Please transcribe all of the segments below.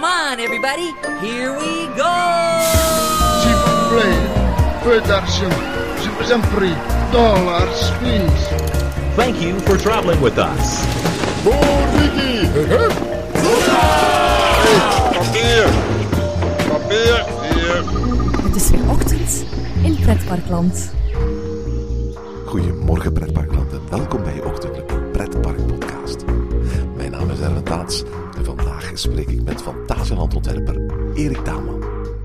Come on, everybody. Here we go. S'il vous plaît, peu d'argent. Je vous en prie. Dollars, please. Thank you for traveling with us. Papier! Papier! Hier! Het is weer ochtend in Pretparkland. Goedemorgen Pretparkland en welkom bij je ochtendelijke Pretpark-podcast. Mijn naam is Erwin Taats en vandaag spreek ik met Fantasieland-ontwerper Erik Daman.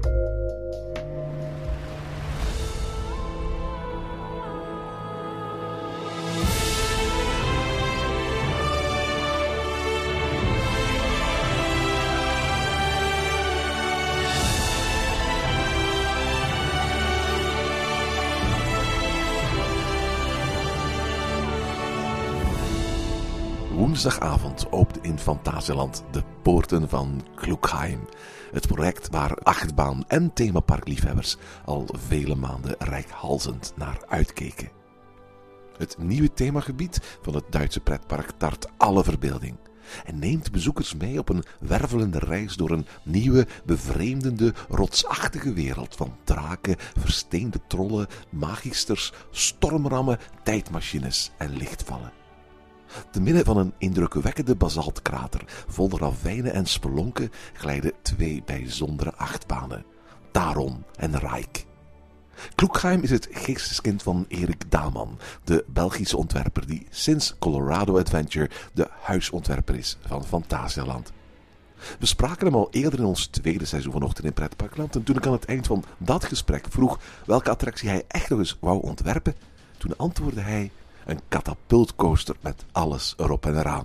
Woensdagavond opende in Fantasieland de poorten van Klugheim. Het project waar achtbaan- en themaparkliefhebbers al vele maanden reikhalzend naar uitkeken. Het nieuwe themagebied van het Duitse pretpark tart alle verbeelding en neemt bezoekers mee op een wervelende reis door een nieuwe, bevreemdende, rotsachtige wereld van draken, versteende trollen, magiesters, stormrammen, tijdmachines en lichtvallen. Te midden van een indrukwekkende basaltkrater vol ravijnen en spelonken glijden twee bijzondere achtbanen, Taron en Rijk. Klugheim is het geesteskind van Erik Daman, de Belgische ontwerper die sinds Colorado Adventure de huisontwerper is van Fantasieland. We spraken hem al eerder in ons tweede seizoen van Ochtend in Pretparkland en toen ik aan het eind van dat gesprek vroeg welke attractie hij echt nog eens wou ontwerpen, toen antwoordde hij: een katapultcoaster met alles erop en eraan.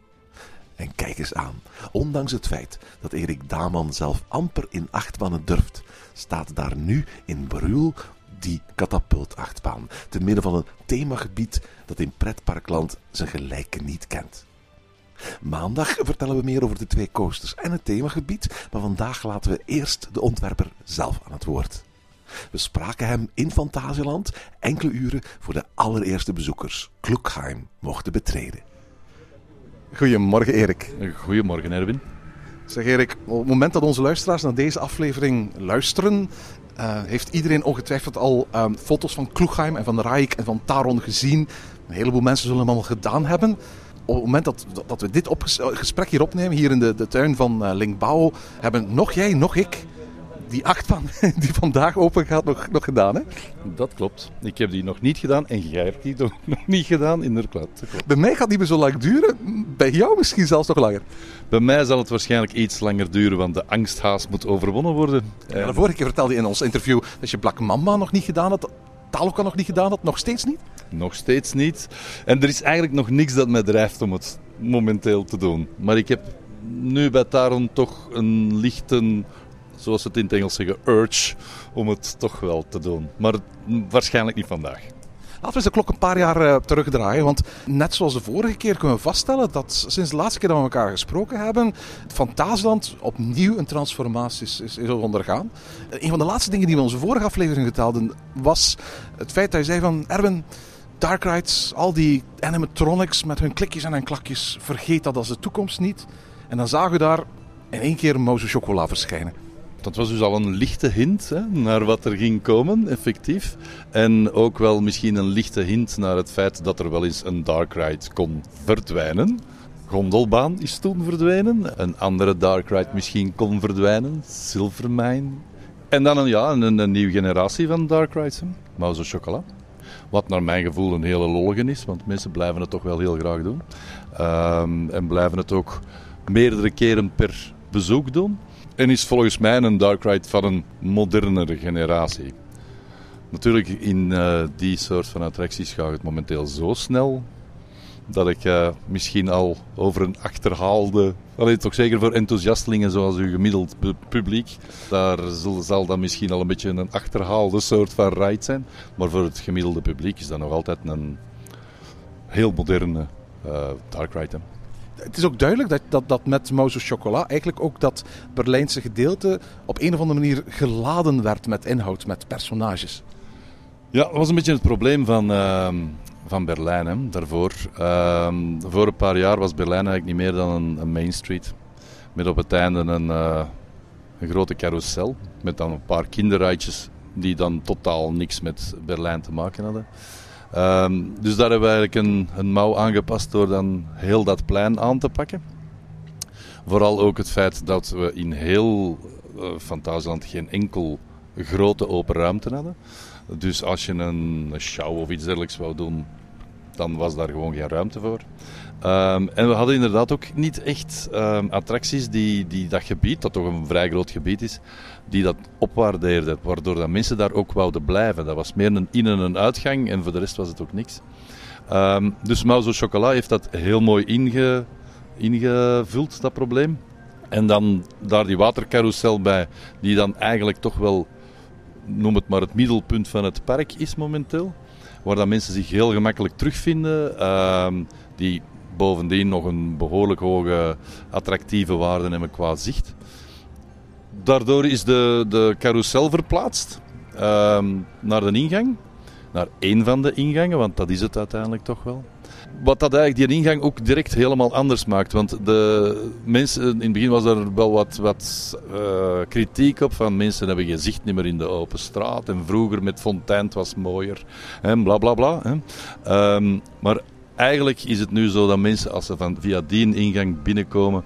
En kijk eens aan, ondanks het feit dat Erik Daman zelf amper in achtbanen durft, staat daar nu in Brühl die katapultachtbaan, te midden van een themagebied dat in Pretparkland zijn gelijke niet kent. Maandag vertellen we meer over de twee coasters en het themagebied, maar vandaag laten we eerst de ontwerper zelf aan het woord. We spraken hem in Fantasieland enkele uren voor de allereerste bezoekers Klugheim mochten betreden. Goedemorgen Erik. Goedemorgen Erwin. Zeg Erik, op het moment dat onze luisteraars naar deze aflevering luisteren, heeft iedereen ongetwijfeld al foto's van Klugheim en van Rijk en van Taron gezien. Een heleboel mensen zullen hem al gedaan hebben. Op het moment dat we dit gesprek hier opnemen, hier in de tuin van Lingbao, hebben nog jij, nog ik die achtbaan die vandaag open gaat nog gedaan, hè? Dat klopt. Ik heb die nog niet gedaan en jij hebt die nog niet gedaan, inderdaad. Bij mij gaat die maar zo lang duren. Bij jou misschien zelfs nog langer. Bij mij zal het waarschijnlijk iets langer duren, want de angsthaas moet overwonnen worden. Ja, de vorige keer vertelde je in ons interview dat je Black Mamba nog niet gedaan had, Taloka nog niet gedaan had. Nog steeds niet? Nog steeds niet. En er is eigenlijk nog niks dat mij drijft om het momenteel te doen. Maar ik heb nu bij Taron toch een lichte, zoals ze het in het Engels zeggen, urge om het toch wel te doen. Maar waarschijnlijk niet vandaag. Laten we eens de klok een paar jaar terugdraaien. Want net zoals de vorige keer kunnen we vaststellen dat sinds de laatste keer dat we elkaar gesproken hebben, Fantasieland opnieuw een transformatie is ondergaan. Een van de laatste dingen die we in onze vorige aflevering vertelden was het feit dat je zei van Erwin, Dark Rides, al die animatronics met hun klikjes en hun klakjes, vergeet dat als de toekomst niet. En dan zagen we daar in één keer Mouse Chocola verschijnen. Dat was dus al een lichte hint naar wat er ging komen, effectief. En ook wel misschien een lichte hint naar het feit dat er wel eens een Dark Ride kon verdwijnen. Gondelbaan is toen verdwenen. Een andere Dark Ride misschien kon verdwijnen. Silvermine. En dan een nieuwe generatie van Dark Rides. Mouse Chocola. Wat naar mijn gevoel een hele lollige is, want mensen blijven het toch wel heel graag doen. En blijven het ook meerdere keren per bezoek doen. En is volgens mij een Dark Ride van een modernere generatie. Natuurlijk, in die soort van attracties gaat het momenteel zo snel dat ik misschien al over een achterhaalde, toch zeker voor enthousiastelingen zoals uw gemiddeld publiek, daar zal dat misschien al een beetje een achterhaalde soort van ride zijn. Maar voor het gemiddelde publiek is dat nog altijd een heel moderne Dark Ride. Het is ook duidelijk dat met Mouse Chocola eigenlijk ook dat Berlijnse gedeelte op een of andere manier geladen werd met inhoud, met personages. Ja, dat was een beetje het probleem van Berlijn. Hè. Daarvoor, voor een paar jaar was Berlijn eigenlijk niet meer dan een Main Street. met op het einde een grote carousel met dan een paar kinderrijtjes die dan totaal niks met Berlijn te maken hadden. Dus daar hebben we eigenlijk een mouw aangepast door dan heel dat plein aan te pakken. Vooral ook het feit dat we in heel Fantasieland geen enkel grote open ruimte hadden. Dus als je een show of iets dergelijks wou doen, dan was daar gewoon geen ruimte voor. En we hadden inderdaad ook niet echt attracties die dat gebied, dat toch een vrij groot gebied is, die dat opwaardeerden, waardoor dat mensen daar ook wouden blijven. Dat was meer een in- en een uitgang en voor de rest was het ook niks. Dus Mauzo Chocolat heeft dat heel mooi ingevuld, dat probleem. En dan daar die watercarousel bij, die dan eigenlijk toch wel, noem het maar, het middelpunt van het park is momenteel. Waar dat mensen zich heel gemakkelijk terugvinden. Die bovendien nog een behoorlijk hoge attractieve waarde hebben qua zicht. Daardoor is de carousel verplaatst naar de ingang. Naar één van de ingangen, want dat is het uiteindelijk toch wel. Wat dat eigenlijk die ingang ook direct helemaal anders maakt. Want de mensen, in het begin was er wel wat kritiek op. Van mensen hebben geen zicht niet meer in de open straat. En vroeger met fontein, het was mooier. En bla bla bla. Maar eigenlijk is het nu zo dat mensen, als ze via die ingang binnenkomen,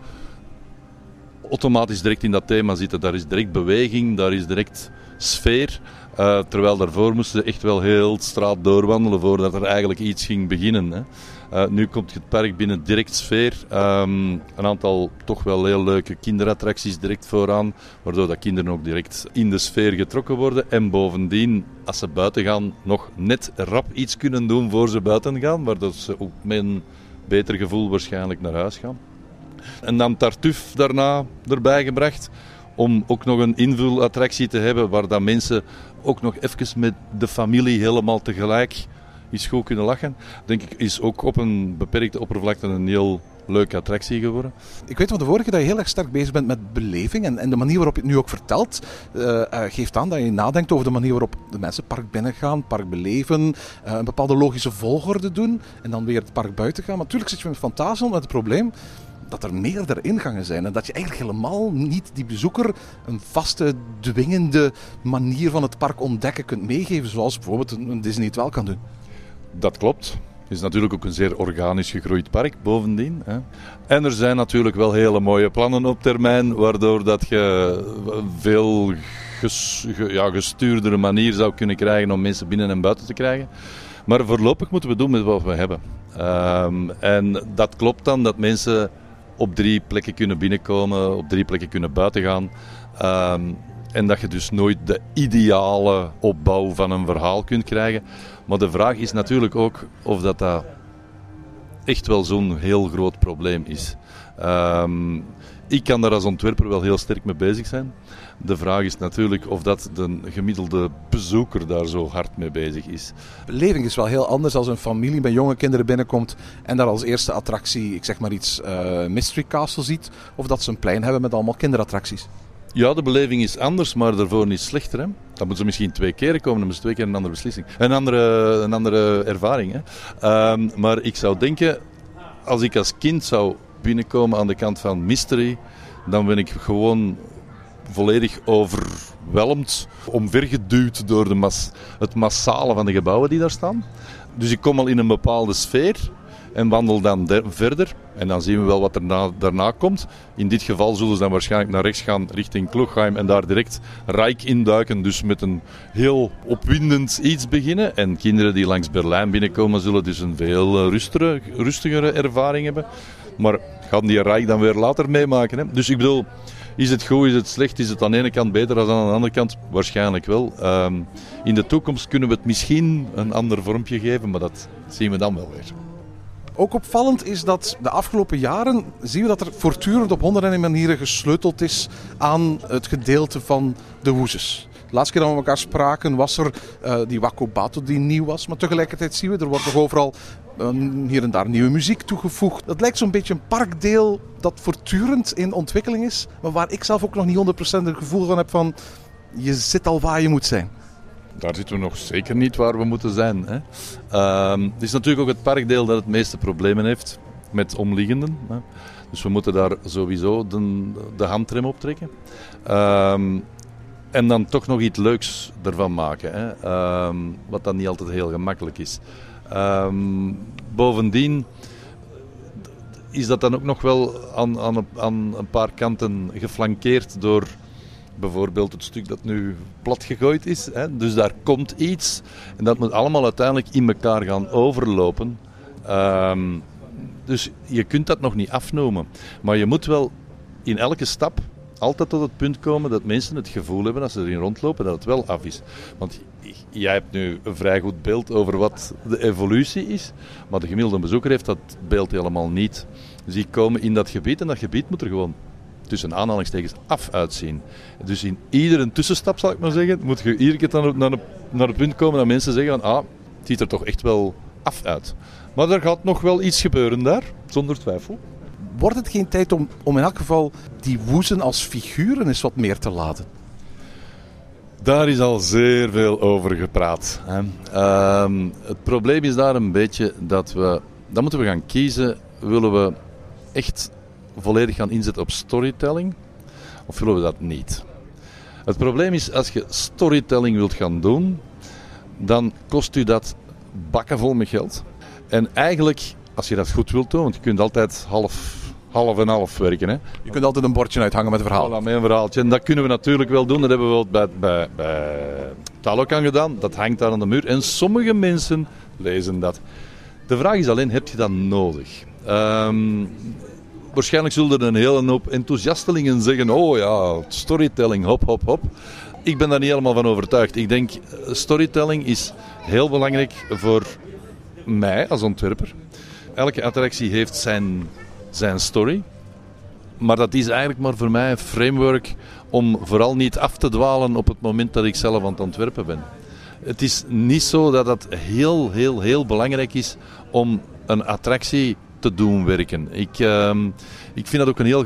automatisch direct in dat thema zitten. Daar is direct beweging, daar is direct sfeer. Terwijl daarvoor moesten ze echt wel heel de straat doorwandelen voordat er eigenlijk iets ging beginnen. Hè. Nu komt het park binnen direct sfeer. Een aantal toch wel heel leuke kinderattracties direct vooraan, waardoor dat kinderen ook direct in de sfeer getrokken worden. En bovendien, als ze buiten gaan, nog net rap iets kunnen doen voor ze buiten gaan, waardoor ze ook met een beter gevoel waarschijnlijk naar huis gaan. En dan Tartuffe daarna erbij gebracht, om ook nog een invulattractie te hebben waar dat mensen ook nog even met de familie helemaal tegelijk eens goed kunnen lachen. Denk ik is ook op een beperkte oppervlakte een heel leuke attractie geworden. Ik weet van de vorige dat je heel erg sterk bezig bent met beleving en de manier waarop je het nu ook vertelt geeft aan dat je nadenkt over de manier waarop de mensen het park binnengaan, het park beleven, een bepaalde logische volgorde doen en dan weer het park buiten gaan. Maar natuurlijk zit je met Fantasieland met het probleem dat er meerdere ingangen zijn en dat je eigenlijk helemaal niet die bezoeker een vaste, dwingende manier van het park ontdekken kunt meegeven, zoals bijvoorbeeld een Disney het wel kan doen. Dat klopt. Het is natuurlijk ook een zeer organisch gegroeid park bovendien. Hè. En er zijn natuurlijk wel hele mooie plannen op termijn, waardoor dat je veel gestuurdere manier zou kunnen krijgen om mensen binnen en buiten te krijgen. Maar voorlopig moeten we doen met wat we hebben. En dat klopt dan, dat mensen op 3 plekken kunnen binnenkomen, op 3 plekken kunnen buiten gaan. En dat je dus nooit de ideale opbouw van een verhaal kunt krijgen. Maar de vraag is natuurlijk ook of dat echt wel zo'n heel groot probleem is. Ik kan daar als ontwerper wel heel sterk mee bezig zijn. De vraag is natuurlijk of dat de gemiddelde bezoeker daar zo hard mee bezig is. Beleving is wel heel anders als een familie met jonge kinderen binnenkomt en daar als eerste attractie, ik zeg maar iets, Mystery Castle ziet. Of dat ze een plein hebben met allemaal kinderattracties. Ja, de beleving is anders, maar daarvoor niet slechter. Hè? Dan moeten ze misschien 2 keer komen, dan moeten ze 2 keer een andere beslissing. Een andere ervaring. Hè? Maar ik zou denken, als ik als kind zou binnenkomen aan de kant van Mystery, dan ben ik gewoon volledig overweldigd, omvergeduwd door het massale van de gebouwen die daar staan. Dus ik kom al in een bepaalde sfeer en wandel dan verder. En dan zien we wel wat er daarna komt. In dit geval zullen ze dan waarschijnlijk naar rechts gaan richting Klugheim en daar direct Rijk induiken. Dus met een heel opwindend iets beginnen. En kinderen die langs Berlijn binnenkomen zullen dus een veel rustigere ervaring hebben. Maar gaan die Rijk dan weer later meemaken. Hè? Dus ik bedoel, is het goed, is het slecht, is het aan de ene kant beter dan aan de andere kant? Waarschijnlijk wel. In de toekomst kunnen we het misschien een ander vormpje geven, maar dat zien we dan wel weer. Ook opvallend is dat de afgelopen jaren zien we dat er voortdurend op honderden manieren gesleuteld is aan het gedeelte van de hoezes. De laatste keer dat we met elkaar spraken was er die Wakobato die nieuw was. Maar tegelijkertijd zien we, er wordt nog overal hier en daar nieuwe muziek toegevoegd. Dat lijkt zo'n beetje een parkdeel dat voortdurend in ontwikkeling is. Maar waar ik zelf ook nog niet 100% het gevoel van heb van je zit al waar je moet zijn. Daar zitten we nog zeker niet waar we moeten zijn. Hè. Het is natuurlijk ook het parkdeel dat het meeste problemen heeft met omliggenden. Hè. Dus we moeten daar sowieso de handrem op trekken. En dan toch nog iets leuks ervan maken. Hè. Wat dan niet altijd heel gemakkelijk is. Bovendien is dat dan ook nog wel aan een paar kanten geflankeerd door bijvoorbeeld het stuk dat nu plat gegooid is. Hè. Dus daar komt iets. En dat moet allemaal uiteindelijk in elkaar gaan overlopen. Dus je kunt dat nog niet afnoemen. Maar je moet wel in elke stap altijd tot het punt komen dat mensen het gevoel hebben, als ze erin rondlopen, dat het wel af is. Want jij hebt nu een vrij goed beeld over wat de evolutie is, maar de gemiddelde bezoeker heeft dat beeld helemaal niet. Dus die komen in dat gebied en dat gebied moet er gewoon tussen aanhalingstekens af uitzien. Dus in iedere tussenstap, zal ik maar zeggen, moet je iedere keer naar het punt komen dat mensen zeggen van, het ziet er toch echt wel af uit. Maar er gaat nog wel iets gebeuren daar, zonder twijfel. Wordt het geen tijd om in elk geval die woezen als figuren eens wat meer te laten? Daar is al zeer veel over gepraat. Hè. Het probleem is daar een beetje dat dan moeten we gaan kiezen, willen we echt volledig gaan inzetten op storytelling of willen we dat niet? Het probleem is, als je storytelling wilt gaan doen, dan kost u dat bakken vol met geld. En eigenlijk, als je dat goed wilt doen, want je kunt altijd half en half werken. Hè. Je kunt altijd een bordje uithangen met een verhaal. Voilà, met een verhaaltje. En dat kunnen we natuurlijk wel doen. Dat hebben we wel bij Talokan gedaan. Dat hangt daar aan de muur. En sommige mensen lezen dat. De vraag is alleen, heb je dat nodig? Waarschijnlijk zullen er een hele hoop enthousiastelingen zeggen, oh ja, storytelling, hop, hop, hop. Ik ben daar niet helemaal van overtuigd. Ik denk, storytelling is heel belangrijk voor mij als ontwerper. Elke attractie heeft zijn story. Maar dat is eigenlijk maar voor mij een framework om vooral niet af te dwalen op het moment dat ik zelf aan het ontwerpen ben. Het is niet zo dat het heel, heel, heel belangrijk is om een attractie te doen werken. Ik vind dat ook een heel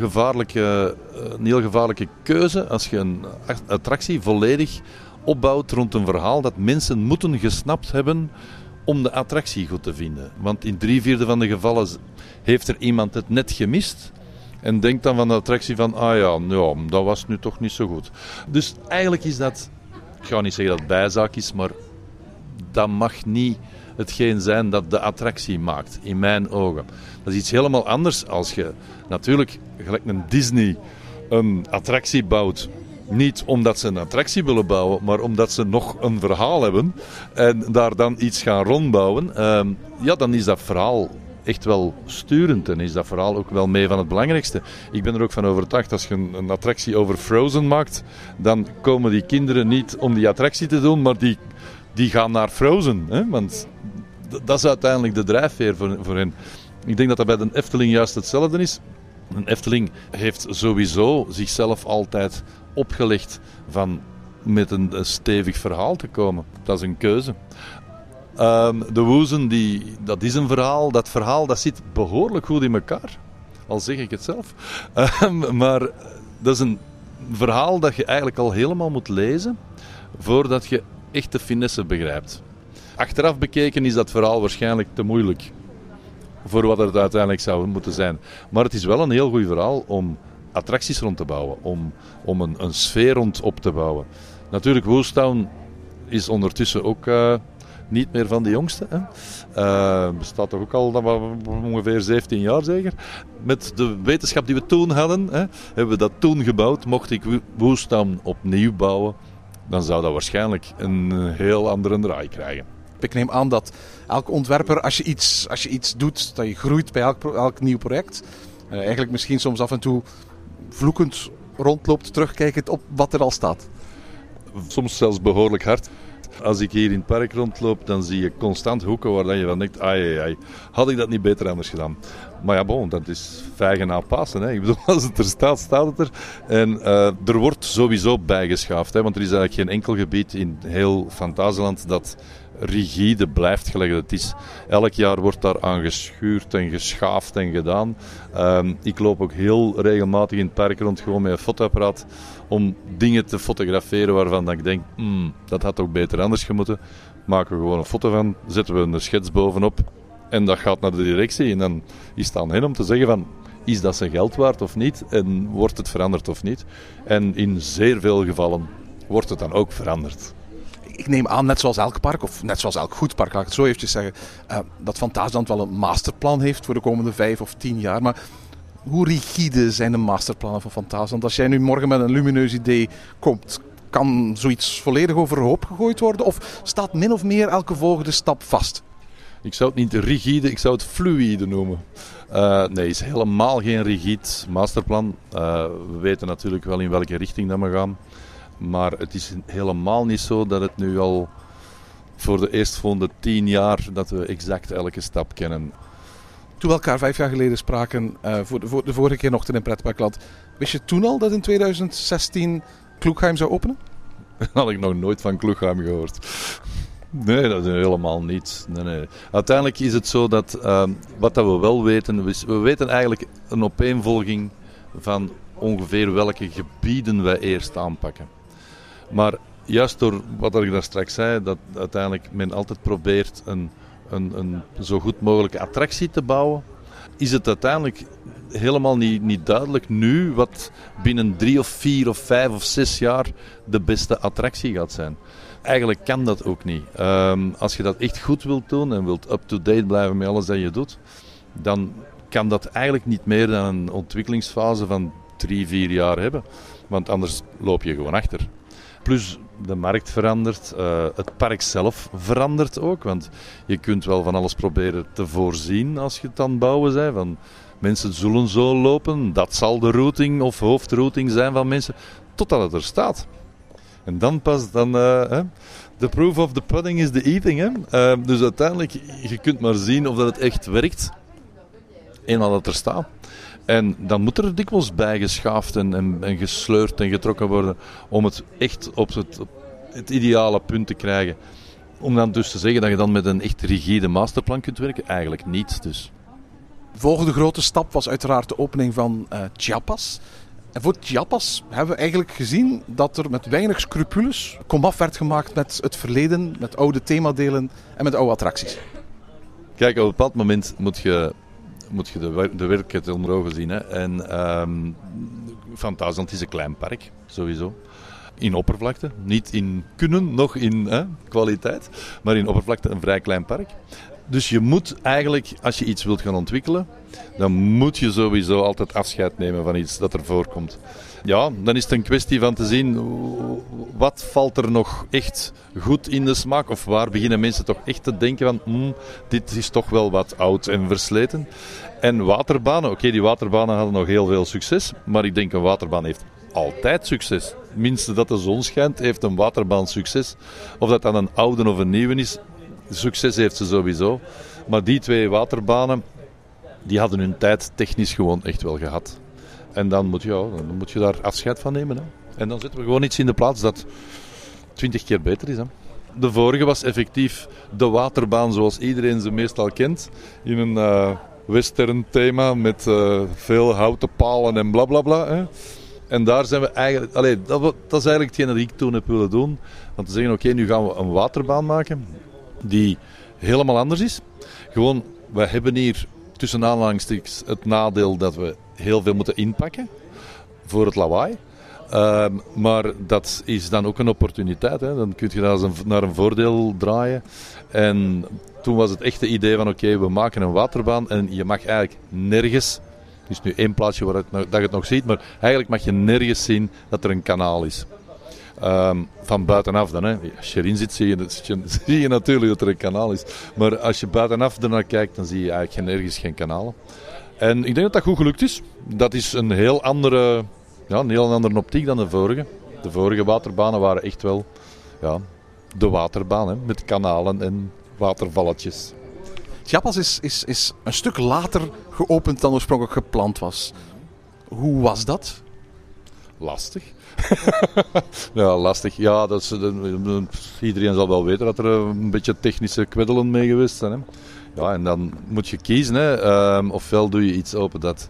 gevaarlijke keuze als je een attractie volledig opbouwt rond een verhaal dat mensen moeten gesnapt hebben om de attractie goed te vinden. Want in 3/4 van de gevallen heeft er iemand het net gemist en denkt dan van de attractie van, dat was nu toch niet zo goed. Dus eigenlijk is dat, ik ga niet zeggen dat het bijzaak is, maar dat mag niet hetgeen zijn dat de attractie maakt, in mijn ogen. Dat is iets helemaal anders als je natuurlijk, gelijk een Disney, een attractie bouwt. Niet omdat ze een attractie willen bouwen, maar omdat ze nog een verhaal hebben en daar dan iets gaan rondbouwen. Dan is dat verhaal echt wel sturend en is dat verhaal ook wel mee van het belangrijkste. Ik ben er ook van overtuigd, als je een attractie over Frozen maakt, dan komen die kinderen niet om die attractie te doen, maar die gaan naar Frozen. Hè? Want dat is uiteindelijk de drijfveer voor hen. Ik denk dat dat bij de Efteling juist hetzelfde is. Een Efteling heeft sowieso zichzelf altijd opgelegd van met een stevig verhaal te komen. Dat is een keuze. De woezen, dat is een verhaal. Dat verhaal dat zit behoorlijk goed in elkaar. Al zeg ik het zelf. Maar dat is een verhaal dat je eigenlijk al helemaal moet lezen voordat je echt de finesse begrijpt. Achteraf bekeken is dat verhaal waarschijnlijk te moeilijk voor wat het uiteindelijk zou moeten zijn. Maar het is wel een heel goed verhaal om attracties rond te bouwen, om een sfeer rond op te bouwen. Natuurlijk, Woostown is ondertussen ook niet meer van de jongste. Hè. Bestaat toch ook al ongeveer 17 jaar zeker. Met de wetenschap die we toen hadden, hebben we dat toen gebouwd. Mocht ik Woostown opnieuw bouwen, dan zou dat waarschijnlijk een heel andere draai krijgen. Ik neem aan dat elke ontwerper, als je iets doet, dat je groeit bij elk nieuw project, eigenlijk misschien soms af en toe vloekend rondloopt, terugkijkend op wat er al staat. Soms zelfs behoorlijk hard. Als ik hier in het park rondloop, dan zie je constant hoeken waar je van denkt, had ik dat niet beter anders gedaan. Maar ja, dat is vijgen na Pasen. Hè. Ik bedoel, als het er staat, staat het er. En er wordt sowieso bijgeschaafd, hè, want er is eigenlijk geen enkel gebied in heel Fantasieland dat rigide blijft gelijk het is. Elk jaar wordt daar aan geschuurd en geschaafd en gedaan. Ik loop ook heel regelmatig in het park rond, gewoon met een fotoapparaat, om dingen te fotograferen waarvan ik denk, dat had ook beter anders gemoeten. Maken we gewoon een foto van, zetten we een schets bovenop en dat gaat naar de directie. En dan is het aan hen om te zeggen van, is dat zijn geld waard of niet en wordt het veranderd of niet. En in zeer veel gevallen wordt het dan ook veranderd. Ik neem aan, net zoals elk park, of net zoals elk goed park, laat ik het zo eventjes zeggen, dat Fantasieland wel een masterplan heeft voor de komende 5 of 10 jaar. Maar hoe rigide zijn de masterplannen van Fantasieland? Als jij nu morgen met een lumineus idee komt, kan zoiets volledig overhoop gegooid worden? Of staat min of meer elke volgende stap vast? Ik zou het niet rigide, ik zou het fluïde noemen. Nee, het is helemaal geen rigide masterplan. We weten natuurlijk wel in welke richting dat we gaan. Maar het is helemaal niet zo dat het nu al voor de eerstvolgende 10 jaar dat we exact elke stap kennen. Toen we elkaar 5 jaar geleden spraken, voor de vorige keer nog in Pretparkland, wist je toen al dat in 2016 Kloekheim zou openen? Dat had ik nog nooit van Kloekheim gehoord. Nee, dat is helemaal niet. Nee. Uiteindelijk is het zo dat, wat dat we wel weten, we weten eigenlijk een opeenvolging van ongeveer welke gebieden wij eerst aanpakken. Maar juist door wat ik daar straks zei, dat uiteindelijk men altijd probeert een zo goed mogelijke attractie te bouwen, is het uiteindelijk helemaal niet duidelijk nu wat binnen 3 of 4 of 5 of 6 jaar de beste attractie gaat zijn. Eigenlijk kan dat ook niet. Als je dat echt goed wilt doen en wilt up-to-date blijven met alles dat je doet, dan kan dat eigenlijk niet meer dan een ontwikkelingsfase van 3-4 jaar hebben. Want anders loop je gewoon achter. Plus de markt verandert, het park zelf verandert ook. Want je kunt wel van alles proberen te voorzien als je het aan het bouwen bent. Van mensen zullen zo lopen, dat zal de routing of hoofdrouting zijn van mensen, totdat het er staat. En dan pas, the proof of the pudding is the eating. Hè? Dus uiteindelijk, je kunt maar zien of dat het echt werkt, eenmaal dat er staat. En dan moet er dikwijls bijgeschaafd en gesleurd en getrokken worden om het echt op het ideale punt te krijgen. Om dan dus te zeggen dat je dan met een echt rigide masterplan kunt werken, eigenlijk niet. Dus. De volgende grote stap was uiteraard de opening van Chiapas. En voor Chiapas hebben we eigenlijk gezien dat er met weinig scrupules komaf werd gemaakt met het verleden, met oude themadelen en met oude attracties. Kijk, op een bepaald moment moet je de werkelijkheid onder ogen zien. Hè. En Fantasieland is een klein park, sowieso. In oppervlakte, niet in kunnen, nog in kwaliteit, maar in oppervlakte een vrij klein park. Dus je moet eigenlijk, als je iets wilt gaan ontwikkelen, dan moet je sowieso altijd afscheid nemen van iets dat er voorkomt. Ja, dan is het een kwestie van te zien, wat valt er nog echt goed in de smaak? Of waar beginnen mensen toch echt te denken van, dit is toch wel wat oud en versleten. En waterbanen, oké, die waterbanen hadden nog heel veel succes, maar ik denk een waterbaan heeft altijd succes. Minstens dat de zon schijnt, heeft een waterbaan succes. Of dat dan een oude of een nieuwe is, succes heeft ze sowieso. Maar die 2 waterbanen, die hadden hun tijd technisch gewoon echt wel gehad. En dan moet je daar afscheid van nemen. Hè. En dan zetten we gewoon iets in de plaats dat 20 keer beter is. Hè. De vorige was effectief de waterbaan zoals iedereen ze meestal kent. In een western thema met veel houten palen en blablabla. Hè. En daar zijn we eigenlijk... dat is eigenlijk hetgeen dat ik toen heb willen doen. Van te zeggen, oké, nu gaan we een waterbaan maken die helemaal anders is. Gewoon, we hebben hier tussen aanhalingstekens het nadeel dat we heel veel moeten inpakken voor het lawaai. Maar dat is dan ook een opportuniteit. Hè. Dan kun je dat naar een voordeel draaien. En toen was het echte idee van oké, we maken een waterbaan en je mag eigenlijk nergens... Er is nu 1 plaatsje waar dat je het nog ziet, maar eigenlijk mag je nergens zien dat er een kanaal is. Van buitenaf dan. Hè. Als je erin zit, zie je natuurlijk dat er een kanaal is. Maar als je buitenaf ernaar kijkt, dan zie je eigenlijk nergens geen kanalen. En ik denk dat dat goed gelukt is. Dat is een heel andere optiek dan de vorige. De vorige waterbanen waren echt wel de waterbaan, hè, met kanalen en watervalletjes. Chiapas is een stuk later geopend dan oorspronkelijk gepland was. Hoe was dat? Lastig. Ja, lastig. Ja, iedereen zal wel weten dat er een beetje technische kweddelen mee geweest zijn. Hè. Ja, en dan moet je kiezen. Hè. Ofwel doe je iets open dat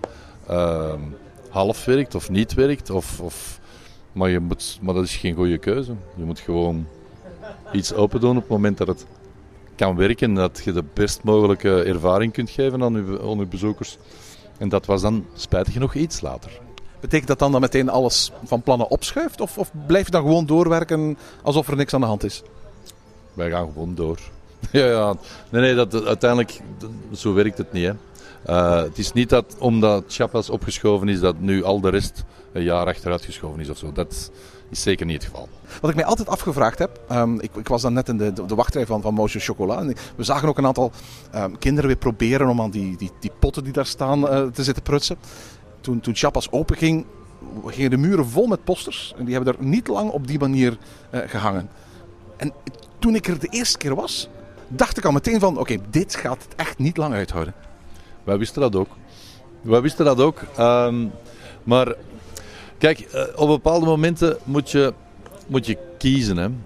half werkt of niet werkt. Maar dat is geen goede keuze. Je moet gewoon iets open doen op het moment dat het kan werken. Dat je de best mogelijke ervaring kunt geven aan je bezoekers. En dat was dan spijtig genoeg iets later. Betekent dat dan meteen alles van plannen opschuift? Of blijf je dan gewoon doorwerken alsof er niks aan de hand is? Wij gaan gewoon door. Ja. Nee, uiteindelijk, zo werkt het niet. Hè. Het is niet dat omdat Chiapas opgeschoven is, dat nu al de rest een jaar achteruit geschoven is of zo. Dat is zeker niet het geval. Wat ik mij altijd afgevraagd heb, ik was dan net in de wachtrij van Motion Chocolat. En we zagen ook een aantal kinderen weer proberen om aan die potten die daar staan te zitten prutsen. Toen Chiapas openging, gingen de muren vol met posters. En die hebben er niet lang op die manier gehangen. En toen ik er de eerste keer was, dacht ik al meteen van, oké, dit gaat het echt niet lang uithouden. Wij wisten dat ook. Maar kijk, op bepaalde momenten moet je kiezen. Hè.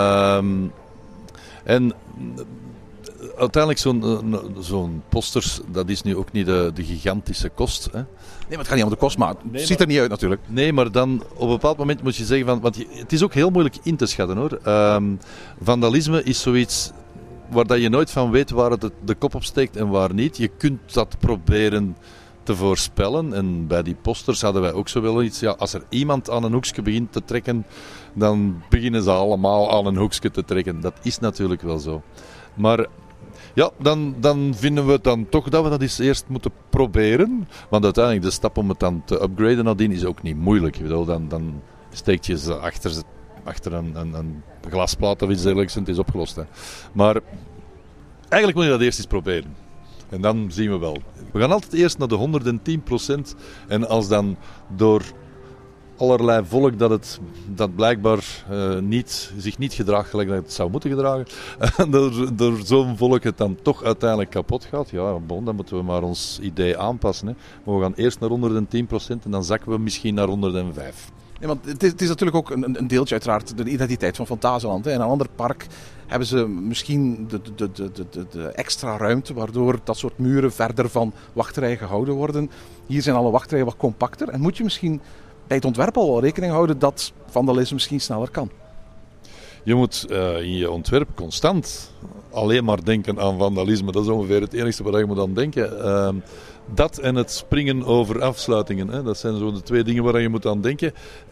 En uiteindelijk zo'n posters, dat is nu ook niet de gigantische kost. Hè. Nee, maar het gaat niet om de kost, maar het ziet er niet uit natuurlijk. Nee, maar dan op een bepaald moment moet je zeggen van, want het is ook heel moeilijk in te schatten hoor. Vandalisme is zoiets waar dat je nooit van weet waar het de kop op steekt en waar niet. Je kunt dat proberen te voorspellen. En bij die posters hadden wij ook zo wel iets. Ja, als er iemand aan een hoekje begint te trekken, dan beginnen ze allemaal aan een hoekje te trekken. Dat is natuurlijk wel zo. Maar ja, dan vinden we dan toch dat we dat eens eerst moeten proberen. Want uiteindelijk de stap om het dan te upgraden nadien is ook niet moeilijk. Ik bedoel, dan steek je ze achter een glasplaat of iets dergelijks en het is opgelost. Hè. Maar eigenlijk moet je dat eerst eens proberen. En dan zien we wel. We gaan altijd eerst naar de 110%. En als dan door allerlei volk dat blijkbaar zich niet gedraagt gelijk dat het zou moeten gedragen, door zo'n volk het dan toch uiteindelijk kapot gaat, ja, dan moeten we maar ons idee aanpassen. Hè. Maar we gaan eerst naar 110% en dan zakken we misschien naar 105%. Ja, want het is natuurlijk ook een deeltje uiteraard de identiteit van Fantasieland. Hè. In een ander park hebben ze misschien de extra ruimte waardoor dat soort muren verder van wachtrijen gehouden worden. Hier zijn alle wachtrijen wat compacter. En moet je misschien bij het ontwerp al wel rekening houden dat vandalisme misschien sneller kan? Je moet in je ontwerp constant alleen maar denken aan vandalisme. Dat is ongeveer het enige waar je moet aan denken. Dat en het springen over afsluitingen. Hè. Dat zijn zo de twee dingen waar je moet aan denken.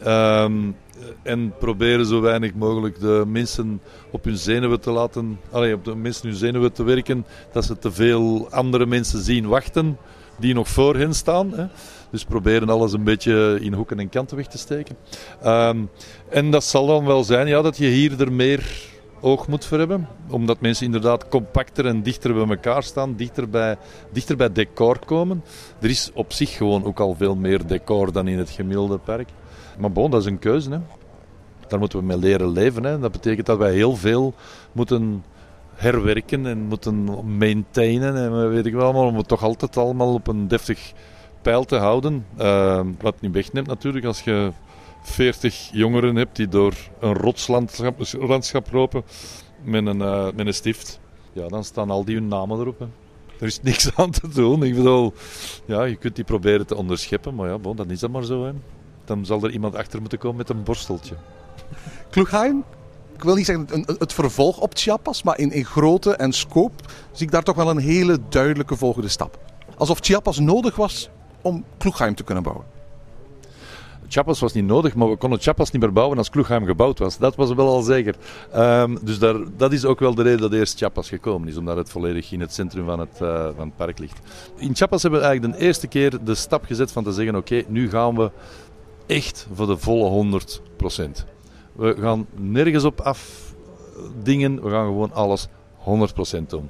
En proberen zo weinig mogelijk de mensen op hun zenuwen te laten... op de mensen hun zenuwen te werken. Dat ze te veel andere mensen zien wachten die nog voor hen staan. Hè. Dus proberen alles een beetje in hoeken en kanten weg te steken. En dat zal dan wel zijn dat je hier er meer oog moet voor hebben. Omdat mensen inderdaad compacter en dichter bij elkaar staan. Dichter bij decor komen. Er is op zich gewoon ook al veel meer decor dan in het gemiddelde park. Maar bon, dat is een keuze. Hè. Daar moeten we mee leren leven. Hè. Dat betekent dat wij heel veel moeten herwerken en moeten maintainen. En weet ik wel allemaal, om het toch altijd allemaal op een deftig peil te houden. Wat niet wegneemt natuurlijk als je 40 jongeren hebt die door een rotslandschap lopen met een stift. Ja, dan staan al die hun namen erop. Hè. Er is niks aan te doen. Ik bedoel, ja, je kunt die proberen te onderscheppen, maar ja, bon, dan is dat maar zo. Hè. Dan zal er iemand achter moeten komen met een borsteltje. Kloekheim? Ik wil niet zeggen het vervolg op Chiapas, maar in grootte en scope zie ik daar toch wel een hele duidelijke volgende stap. Alsof Chiapas nodig was om Kloekheim te kunnen bouwen. Chiapas was niet nodig, maar we konden Chiapas niet meer bouwen als Kloekheim gebouwd was. Dat was wel al zeker. Dus dat is ook wel de reden dat eerst Chiapas gekomen is, omdat het volledig in het centrum van het park ligt. In Chiapas hebben we eigenlijk de eerste keer de stap gezet van te zeggen, oké, nu gaan we echt voor de volle 100%. We gaan nergens op afdingen, we gaan gewoon alles 100% doen.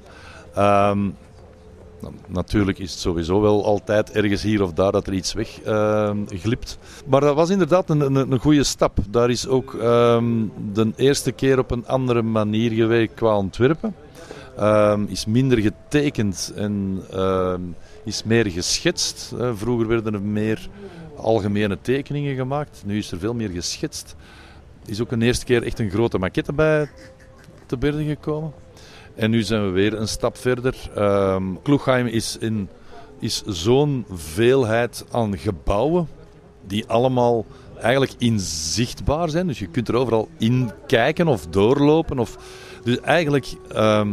Natuurlijk is het sowieso wel altijd ergens hier of daar dat er iets wegglipt. Maar dat was inderdaad een goede stap. Daar is ook de eerste keer op een andere manier gewerkt qua ontwerpen. Is minder getekend en is meer geschetst. Vroeger werden er meer algemene tekeningen gemaakt. Nu is er veel meer geschetst. Is ook een eerste keer echt een grote maquette bij te berden gekomen. En nu zijn we weer een stap verder. Kloekheim is zo'n veelheid aan gebouwen die allemaal eigenlijk inzichtbaar zijn. Dus je kunt er overal in kijken of doorlopen. Dus eigenlijk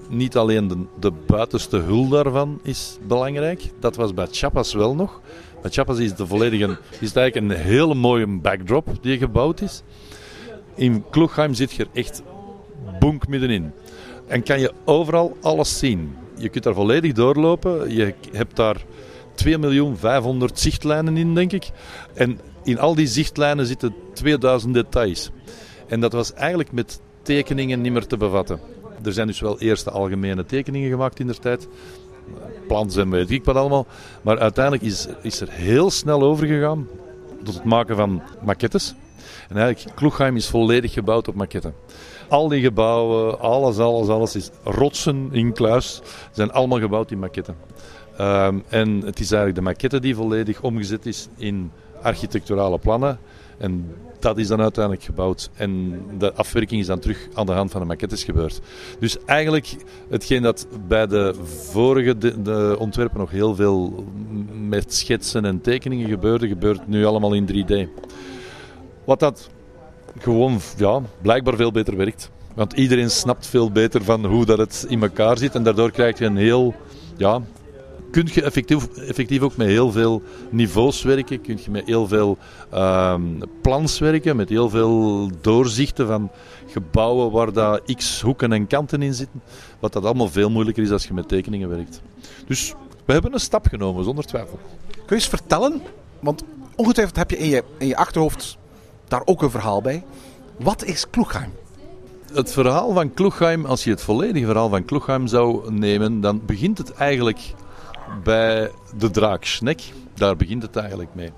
niet alleen de buitenste hul daarvan is belangrijk. Dat was bij Chiapas wel nog. Bij Chiapas is het eigenlijk een hele mooie backdrop die gebouwd is. In Klugheim zit je er echt bonk middenin. En kan je overal alles zien. Je kunt daar volledig doorlopen. Je hebt daar 2.500.000 zichtlijnen in, denk ik. En in al die zichtlijnen zitten 2000 details. En dat was eigenlijk met tekeningen niet meer te bevatten. Er zijn dus wel eerste algemene tekeningen gemaakt in der tijd. Plans en weet ik wat allemaal. Maar uiteindelijk is er heel snel overgegaan tot het maken van maquettes. En eigenlijk, Klugheim is volledig gebouwd op maquetten. Al die gebouwen, alles is rotsen in kluis, zijn allemaal gebouwd in maquetten. En het is eigenlijk de maquette die volledig omgezet is in architecturale plannen. En dat is dan uiteindelijk gebouwd. En de afwerking is dan terug aan de hand van de maquettes gebeurd. Dus eigenlijk, hetgeen dat bij de vorige de ontwerpen nog heel veel met schetsen en tekeningen gebeurt nu allemaal in 3D. Wat dat gewoon blijkbaar veel beter werkt. Want iedereen snapt veel beter van hoe dat het in elkaar zit. En daardoor krijg je een heel... kun je effectief ook met heel veel niveaus werken. Kun je met heel veel plans werken. Met heel veel doorzichten van gebouwen waar daar x hoeken en kanten in zitten. Wat dat allemaal veel moeilijker is als je met tekeningen werkt. Dus we hebben een stap genomen, zonder twijfel. Kun je eens vertellen, want ongetwijfeld heb je in je achterhoofd daar ook een verhaal bij. Wat is Klugheim? Het verhaal van Klugheim, als je het volledige verhaal van Klugheim zou nemen, dan begint het eigenlijk bij de draak Schneck. Daar begint het eigenlijk mee.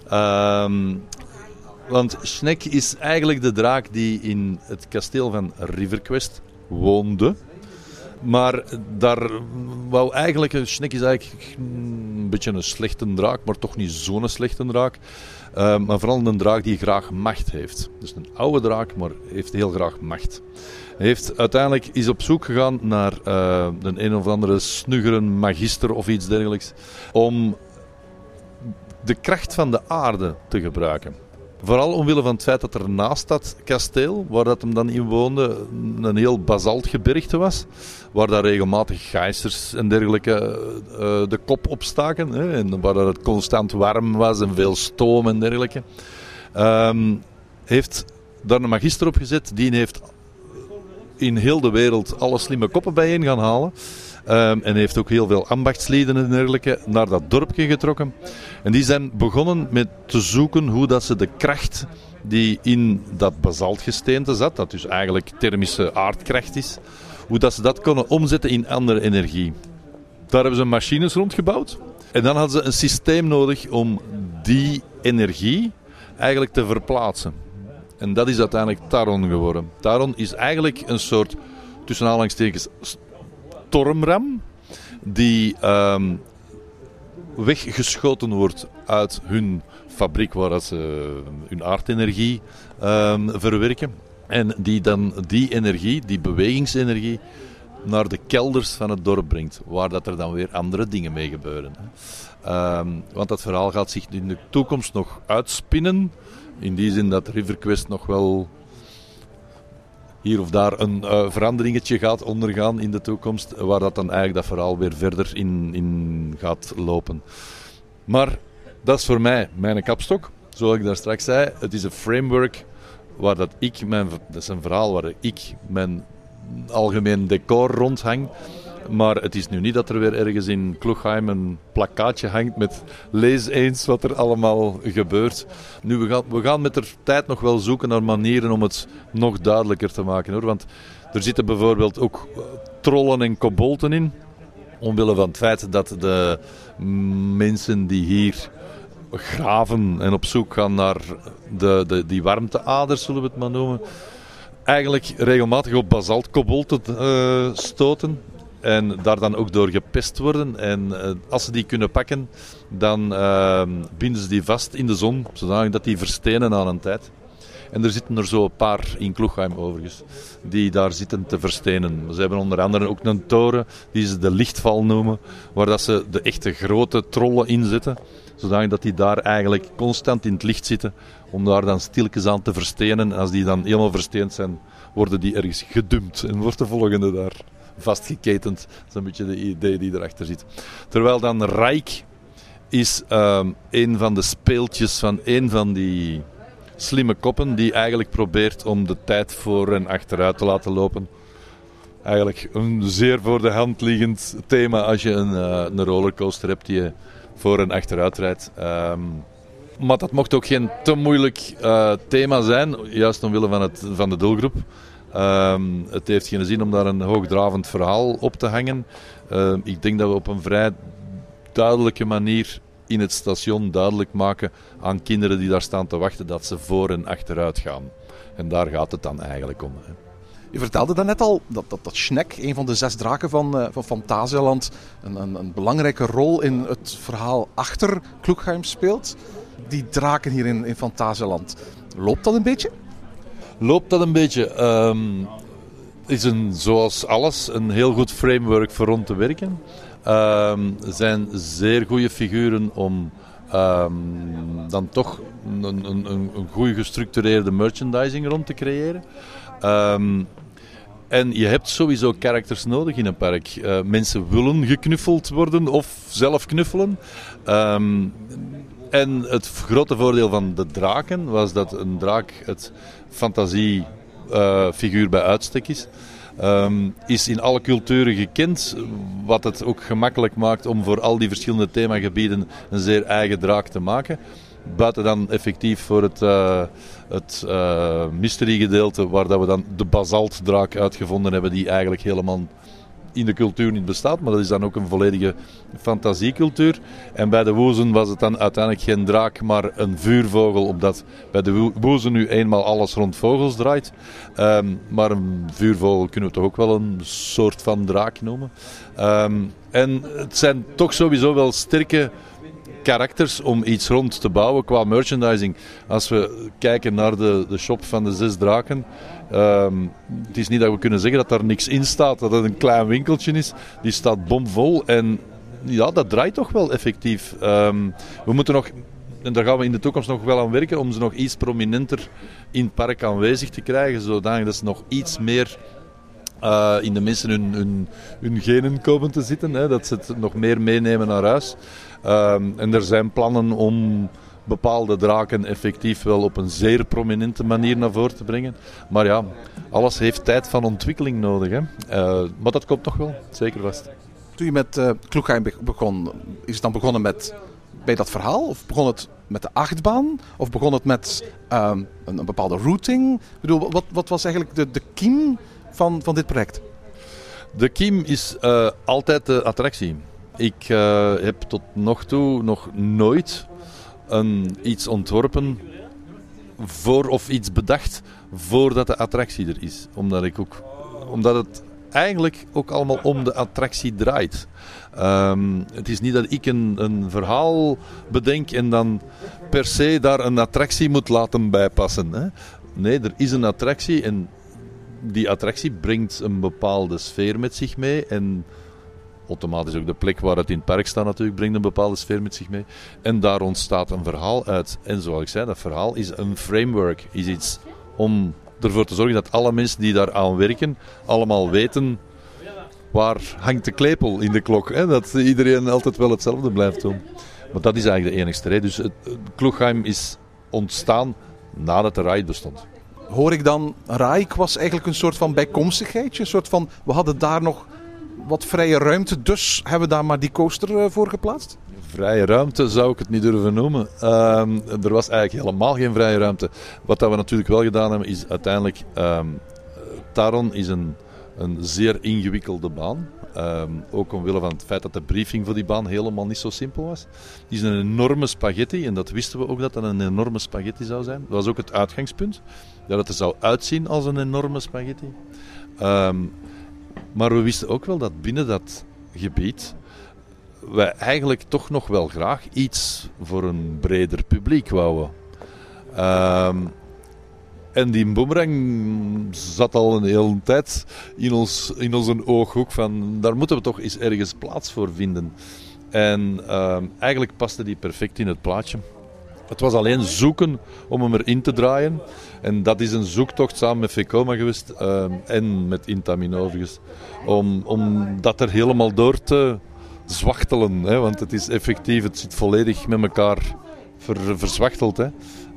Want Schneck is eigenlijk de draak die in het kasteel van RiverQuest woonde. Maar daar wou eigenlijk... Schneck is eigenlijk een beetje een slechte draak, maar toch niet zo'n slechte draak. Maar vooral een draak die graag macht heeft. Dus een oude draak, maar heeft heel graag macht. Hij uiteindelijk is op zoek gegaan naar een of andere snuggere magister of iets dergelijks. Om de kracht van de aarde te gebruiken. Vooral omwille van het feit dat er naast dat kasteel, waar dat hem dan in woonde, een heel basaltgebergte was. Waar daar regelmatig geisters en dergelijke de kop opstaken. Hè, en waar het constant warm was en veel stoom en dergelijke. Heeft daar een magister op gezet. Die heeft in heel de wereld alle slimme koppen bijeen gaan halen. En heeft ook heel veel ambachtslieden en dergelijke naar dat dorpje getrokken. En die zijn begonnen met te zoeken hoe dat ze de kracht die in dat basaltgesteente zat, dat dus eigenlijk thermische aardkracht is, hoe dat ze dat konden omzetten in andere energie. Daar hebben ze machines rondgebouwd. En dan hadden ze een systeem nodig om die energie eigenlijk te verplaatsen. En dat is uiteindelijk Taron geworden. Taron is eigenlijk een soort, tussen aanhalingstekens, stormram die weggeschoten wordt uit hun fabriek waar ze hun aardenergie verwerken. En die dan die energie, die bewegingsenergie, naar de kelders van het dorp brengt. Waar dat er dan weer andere dingen mee gebeuren. Want dat verhaal gaat zich in de toekomst nog uitspinnen. In die zin dat RiverQuest nog wel hier of daar een veranderingetje gaat ondergaan in de toekomst, waar dat dan eigenlijk dat verhaal weer verder in gaat lopen. Maar dat is voor mij mijn kapstok, zoals ik daar straks zei. Het is een framework waar dat is een verhaal waar ik mijn algemeen decor rondhang. Maar het is nu niet dat er weer ergens in Klugheim een plakkaatje hangt met lees eens wat er allemaal gebeurt. Nu, we gaan met de tijd nog wel zoeken naar manieren om het nog duidelijker te maken, hoor. Want er zitten bijvoorbeeld ook trollen en kobolten in. Omwille van het feit dat de mensen die hier graven en op zoek gaan naar die warmteaders, zullen we het maar noemen, eigenlijk regelmatig op basaltkobolten stoten. En daar dan ook door gepest worden. En als ze die kunnen pakken, dan binden ze die vast in de zon, zodat die verstenen aan een tijd. En er zitten er zo een paar in Klugheim overigens, die daar zitten te verstenen. Ze hebben onder andere ook een toren, die ze de lichtval noemen, waar dat ze de echte grote trollen in zetten, zodat die daar eigenlijk constant in het licht zitten, om daar dan stilletjes aan te verstenen. En als die dan helemaal versteend zijn, worden die ergens gedumpt en wordt de volgende daar vastgeketend. Dat is een beetje de idee die erachter zit. Terwijl dan Rijk is een van de speeltjes van een van die slimme koppen die eigenlijk probeert om de tijd voor en achteruit te laten lopen. Eigenlijk een zeer voor de hand liggend thema als je een rollercoaster hebt die je voor en achteruit rijdt. Maar dat mocht ook geen te moeilijk thema zijn, juist omwille van de doelgroep. Het heeft geen zin om daar een hoogdravend verhaal op te hangen. Ik denk dat we op een vrij duidelijke manier in het station duidelijk maken aan kinderen die daar staan te wachten dat ze voor en achteruit gaan. En daar gaat het dan eigenlijk om. Hè. Je vertelde daarnet al dat Schneck, een van de 6 draken van Phantasialand, een belangrijke rol in het verhaal achter Klugheim speelt. Die draken hier in Phantasialand. Loopt dat een beetje? Loopt dat een beetje? Is zoals alles een heel goed framework voor rond te werken. Zijn zeer goede figuren om dan toch een goed gestructureerde merchandising rond te creëren. En je hebt sowieso characters nodig in een park. Mensen willen geknuffeld worden of zelf knuffelen. En het grote voordeel van de draken was dat een draak het fantasiefiguur bij uitstek is. Is in alle culturen gekend, wat het ook gemakkelijk maakt om voor al die verschillende themagebieden een zeer eigen draak te maken. Buiten dan effectief voor het mystery gedeelte, waar dat we dan de basaltdraak uitgevonden hebben, die eigenlijk helemaal in de cultuur niet bestaat, maar dat is dan ook een volledige fantasiecultuur. En bij de Woezen was het dan uiteindelijk geen draak, maar een vuurvogel, omdat bij de Woezen nu eenmaal alles rond vogels draait. Maar een vuurvogel kunnen we toch ook wel een soort van draak noemen. En het zijn toch sowieso wel sterke karakters om iets rond te bouwen qua merchandising. Als we kijken naar de shop van de 6 draken, het is niet dat we kunnen zeggen dat daar niks in staat, dat het een klein winkeltje is. Die staat bomvol en ja, dat draait toch wel effectief. We moeten nog, en daar gaan we in de toekomst nog wel aan werken, om ze nog iets prominenter in het park aanwezig te krijgen, zodanig dat ze nog iets meer in de mensen hun genen komen te zitten, hè, dat ze het nog meer meenemen naar huis. En er zijn plannen om bepaalde draken effectief wel op een zeer prominente manier naar voren te brengen. Maar ja, alles heeft tijd van ontwikkeling nodig. Hè. Maar dat komt toch wel, zeker vast. Toen je met Klugheim begon, is het dan begonnen bij dat verhaal? Of begon het met de achtbaan? Of begon het met een bepaalde routing? Ik bedoel, wat was eigenlijk de kiem van dit project? De kiem is altijd de attractie. Ik heb tot nog toe nog nooit iets ontworpen of iets bedacht voordat de attractie er is. Omdat het eigenlijk ook allemaal om de attractie draait. Het is niet dat ik een verhaal bedenk en dan per se daar een attractie moet laten bijpassen. Hè? Nee, er is een attractie en die attractie brengt een bepaalde sfeer met zich mee en automatisch ook de plek waar het in het park staat natuurlijk brengt een bepaalde sfeer met zich mee. En daar ontstaat een verhaal uit. En zoals ik zei, dat verhaal is een framework. Is iets om ervoor te zorgen dat alle mensen die daar aan werken allemaal weten waar hangt de klepel in de klok. Hè? Dat iedereen altijd wel hetzelfde blijft doen. Maar dat is eigenlijk de enigste reden. Dus Klugheim is ontstaan nadat de ride bestond. Hoor ik dan, Rijk was eigenlijk een soort van bijkomstigheidje? Een soort van, we hadden daar nog wat vrije ruimte, dus hebben we daar maar die coaster voor geplaatst? Vrije ruimte zou ik het niet durven noemen. Er was eigenlijk helemaal geen vrije ruimte. Wat dat we natuurlijk wel gedaan hebben, is uiteindelijk... Taron is een zeer ingewikkelde baan. Ook omwille van het feit dat de briefing voor die baan helemaal niet zo simpel was. Het is een enorme spaghetti, en dat wisten we ook dat een enorme spaghetti zou zijn. Dat was ook het uitgangspunt. Dat het er zou uitzien als een enorme spaghetti. Maar we wisten ook wel dat binnen dat gebied wij eigenlijk toch nog wel graag iets voor een breder publiek wouden. En die boemerang zat al een hele tijd in onze ooghoek van daar moeten we toch eens ergens plaats voor vinden. En eigenlijk paste die perfect in het plaatje. Het was alleen zoeken om hem erin te draaien. En dat is een zoektocht samen met Vekoma geweest en met Intamin overigens. Om dat er helemaal door te zwachtelen. Hè, want het is effectief, het zit volledig met elkaar verzwachteld. Hè.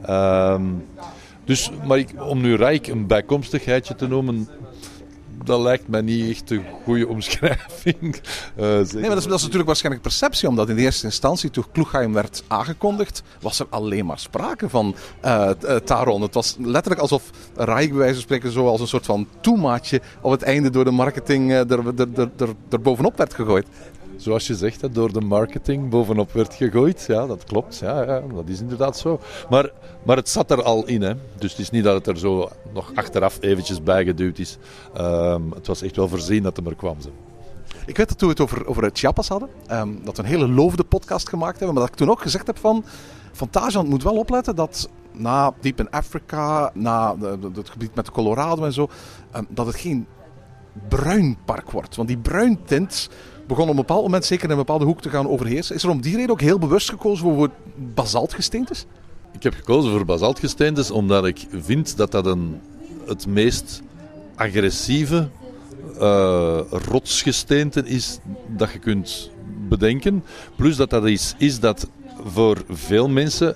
Dus, maar om nu Rijk een bijkomstigheidje te noemen, dat lijkt mij niet echt een goede omschrijving. Nee, maar dat is natuurlijk waarschijnlijk perceptie, omdat in de eerste instantie, toen Kloekheim werd aangekondigd, was er alleen maar sprake van Taron. Het was letterlijk alsof Rijk, bij wijze van spreken, zo als een soort van toemaatje op het einde door de marketing er bovenop werd gegooid. Zoals je zegt, door de marketing bovenop werd gegooid. Ja, dat klopt. Ja, dat is inderdaad zo. Maar het zat er al in. Hè. Dus het is niet dat het er zo nog achteraf eventjes bijgeduwd is. Het was echt wel voorzien dat het er kwam. Ik weet dat toen we het over Chiapas hadden, dat we een hele lovende podcast gemaakt hebben. Maar dat ik toen ook gezegd heb van Tarzan moet wel opletten dat na Diep in Afrika, na het gebied met Colorado en zo, dat het geen bruin park wordt. Want die bruin tint begon op een bepaald moment zeker in een bepaalde hoek te gaan overheersen. Is er om die reden ook heel bewust gekozen voor basaltgesteentes? Ik heb gekozen voor basaltgesteentes omdat ik vind dat dat het meest agressieve rotsgesteente is dat je kunt bedenken. Plus dat iets is dat voor veel mensen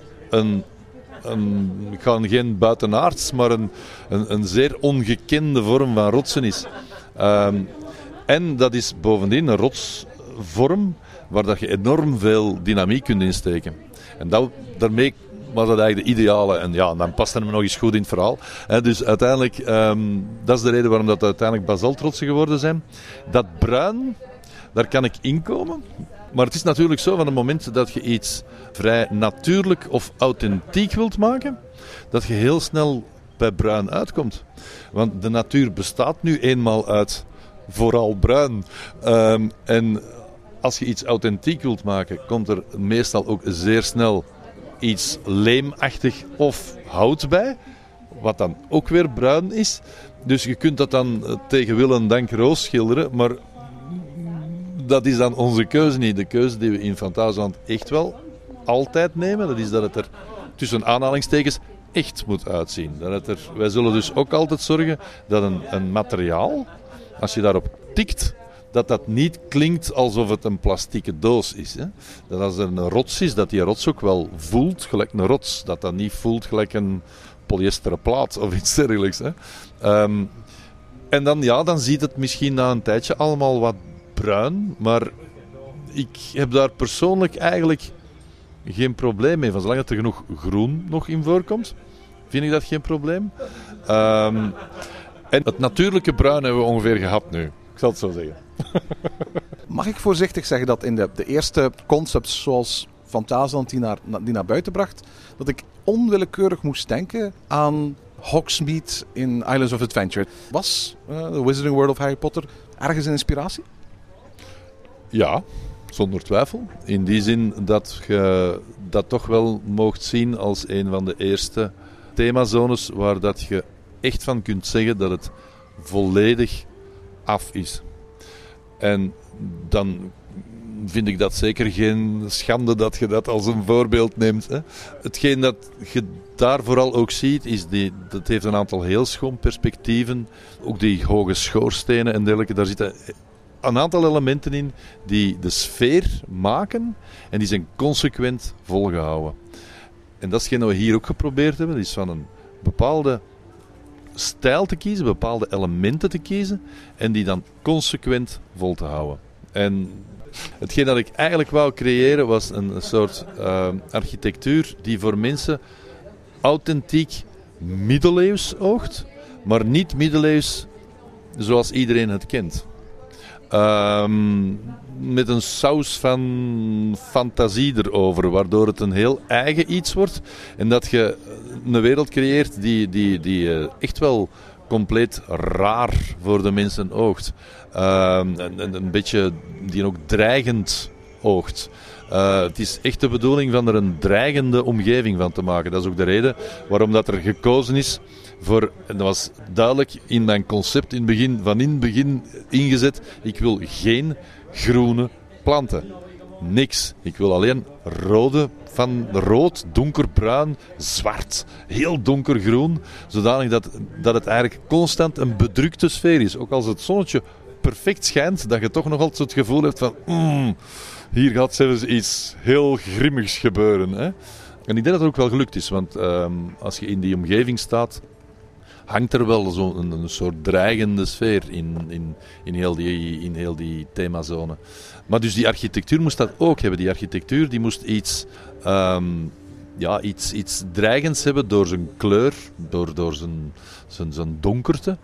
ik ga geen buitenaards, maar een zeer ongekende vorm van rotsen is. En dat is bovendien een rotsvorm waar dat je enorm veel dynamiek kunt insteken. En daarmee was dat eigenlijk de ideale. En ja, dan past het nog eens goed in het verhaal. Dus uiteindelijk, dat is de reden waarom dat uiteindelijk basaltrotsen geworden zijn. Dat bruin, daar kan ik inkomen. Maar het is natuurlijk zo, van het moment dat je iets vrij natuurlijk of authentiek wilt maken, dat je heel snel bij bruin uitkomt. Want de natuur bestaat nu eenmaal uit vooral bruin. En als je iets authentiek wilt maken, komt er meestal ook zeer snel iets leemachtig of hout bij, wat dan ook weer bruin is. Dus je kunt dat dan tegen wil en dank roos schilderen, maar dat is dan onze keuze niet. De keuze die we in Fantasieland echt wel altijd nemen, dat is dat het er tussen aanhalingstekens echt moet uitzien. Wij zullen dus ook altijd zorgen dat een materiaal, als je daarop tikt, dat niet klinkt alsof het een plastieke doos is. Hè? Dat als er een rots is, dat die rots ook wel voelt gelijk een rots. Dat niet voelt gelijk een polyesteren plaat of iets dergelijks. Hè? En dan ziet het misschien na een tijdje allemaal wat bruin. Maar ik heb daar persoonlijk eigenlijk geen probleem mee. Van zolang er genoeg groen nog in voorkomt, vind ik dat geen probleem. En het natuurlijke bruin hebben we ongeveer gehad nu. Ik zal het zo zeggen. Mag ik voorzichtig zeggen dat in de eerste concepts zoals Fantasieland die naar buiten bracht, dat ik onwillekeurig moest denken aan Hogsmeade in Islands of Adventure. Was The Wizarding World of Harry Potter ergens een inspiratie? Ja, zonder twijfel. In die zin dat je dat toch wel moogt zien als een van de eerste themazones waar dat je echt van kunt zeggen dat het volledig af is. En dan vind ik dat zeker geen schande dat je dat als een voorbeeld neemt. Hè. Hetgeen dat je daar vooral ook ziet, dat heeft een aantal heel schoon perspectieven. Ook die hoge schoorstenen en dergelijke, daar zitten een aantal elementen in die de sfeer maken en die zijn consequent volgehouden. En dat is hetgeen dat we hier ook geprobeerd hebben. Dat is van een bepaalde stijl te kiezen, bepaalde elementen te kiezen en die dan consequent vol te houden. En hetgeen dat ik eigenlijk wou creëren was een soort architectuur die voor mensen authentiek middeleeuws oogt, maar niet middeleeuws zoals iedereen het kent. Met een saus van fantasie erover, waardoor het een heel eigen iets wordt en dat je een wereld creëert die echt wel compleet raar voor de mensen oogt. Een beetje die ook dreigend oogt. Het is echt de bedoeling van er een dreigende omgeving van te maken. Dat is ook de reden waarom dat er gekozen is voor, en dat was duidelijk in mijn concept in het begin ingezet, ik wil geen groene planten. Niks. Ik wil alleen rode, van rood, donkerbruin, zwart, heel donkergroen. Zodanig dat het eigenlijk constant een bedrukte sfeer is. Ook als het zonnetje perfect schijnt, dat je toch nog altijd het gevoel hebt van... hier gaat zelfs iets heel grimmigs gebeuren. Hè? En ik denk dat het ook wel gelukt is, want als je in die omgeving staat, hangt er wel een soort dreigende sfeer in heel die themazone. Maar dus die architectuur moest dat ook hebben. Die architectuur die moest iets dreigends hebben door zijn kleur, door zijn donkerte.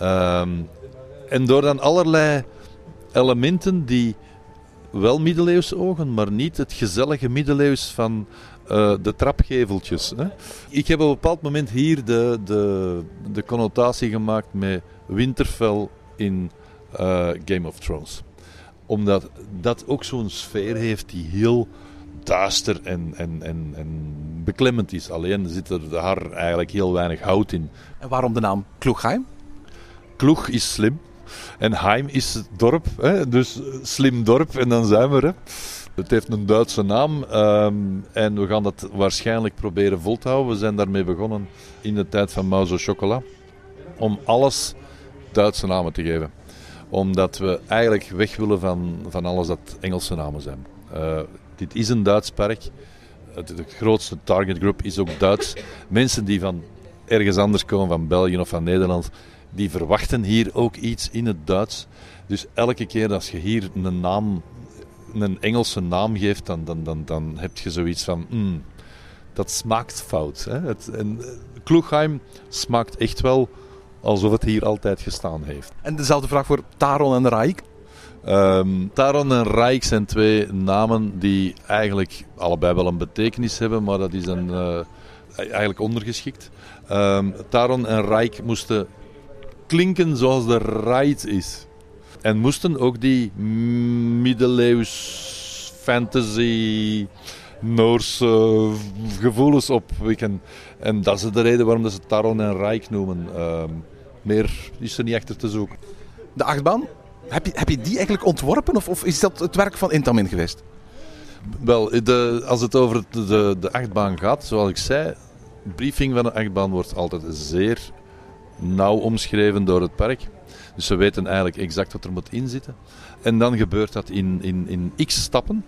En door dan allerlei elementen die wel middeleeuws ogen, maar niet het gezellige middeleeuws van de trapgeveltjes. Hè. Ik heb op een bepaald moment hier de connotatie gemaakt met Winterfell in Game of Thrones. Omdat dat ook zo'n sfeer heeft die heel duister en beklemmend is. Alleen zit er daar eigenlijk heel weinig hout in. En waarom de naam Kloegheim? Kloeg is slim. En Heim is het dorp, hè? Dus slim dorp en dan zijn we er. Hè? Het heeft een Duitse naam en we gaan dat waarschijnlijk proberen vol te houden. We zijn daarmee begonnen in de tijd van Mauzo Chocolat om alles Duitse namen te geven. Omdat we eigenlijk weg willen van alles dat Engelse namen zijn. Dit is een Duits park. De grootste target group is ook Duits. Mensen die van ergens anders komen, van België of van Nederland, die verwachten hier ook iets in het Duits. Dus elke keer als je hier een Engelse naam geeft, dan heb je zoiets van... dat smaakt fout. Hè? Kloegheim smaakt echt wel alsof het hier altijd gestaan heeft. En dezelfde vraag voor Taron en Rijk. Taron en Rijk zijn twee namen die eigenlijk allebei wel een betekenis hebben, maar dat is eigenlijk ondergeschikt. Taron en Rijk moesten klinken zoals de Ride is. En moesten ook die middeleeuws, fantasy, Noorse gevoelens opwekken. En dat is de reden waarom ze Taron en Rijk noemen. Meer is er niet achter te zoeken. De achtbaan, heb je die eigenlijk ontworpen of is dat het werk van Intamin geweest? Wel, als het over de achtbaan gaat, zoals ik zei, de briefing van de achtbaan wordt altijd zeer nauw omschreven door het park. Dus we weten eigenlijk exact wat er moet inzitten. En dan gebeurt dat in x stappen.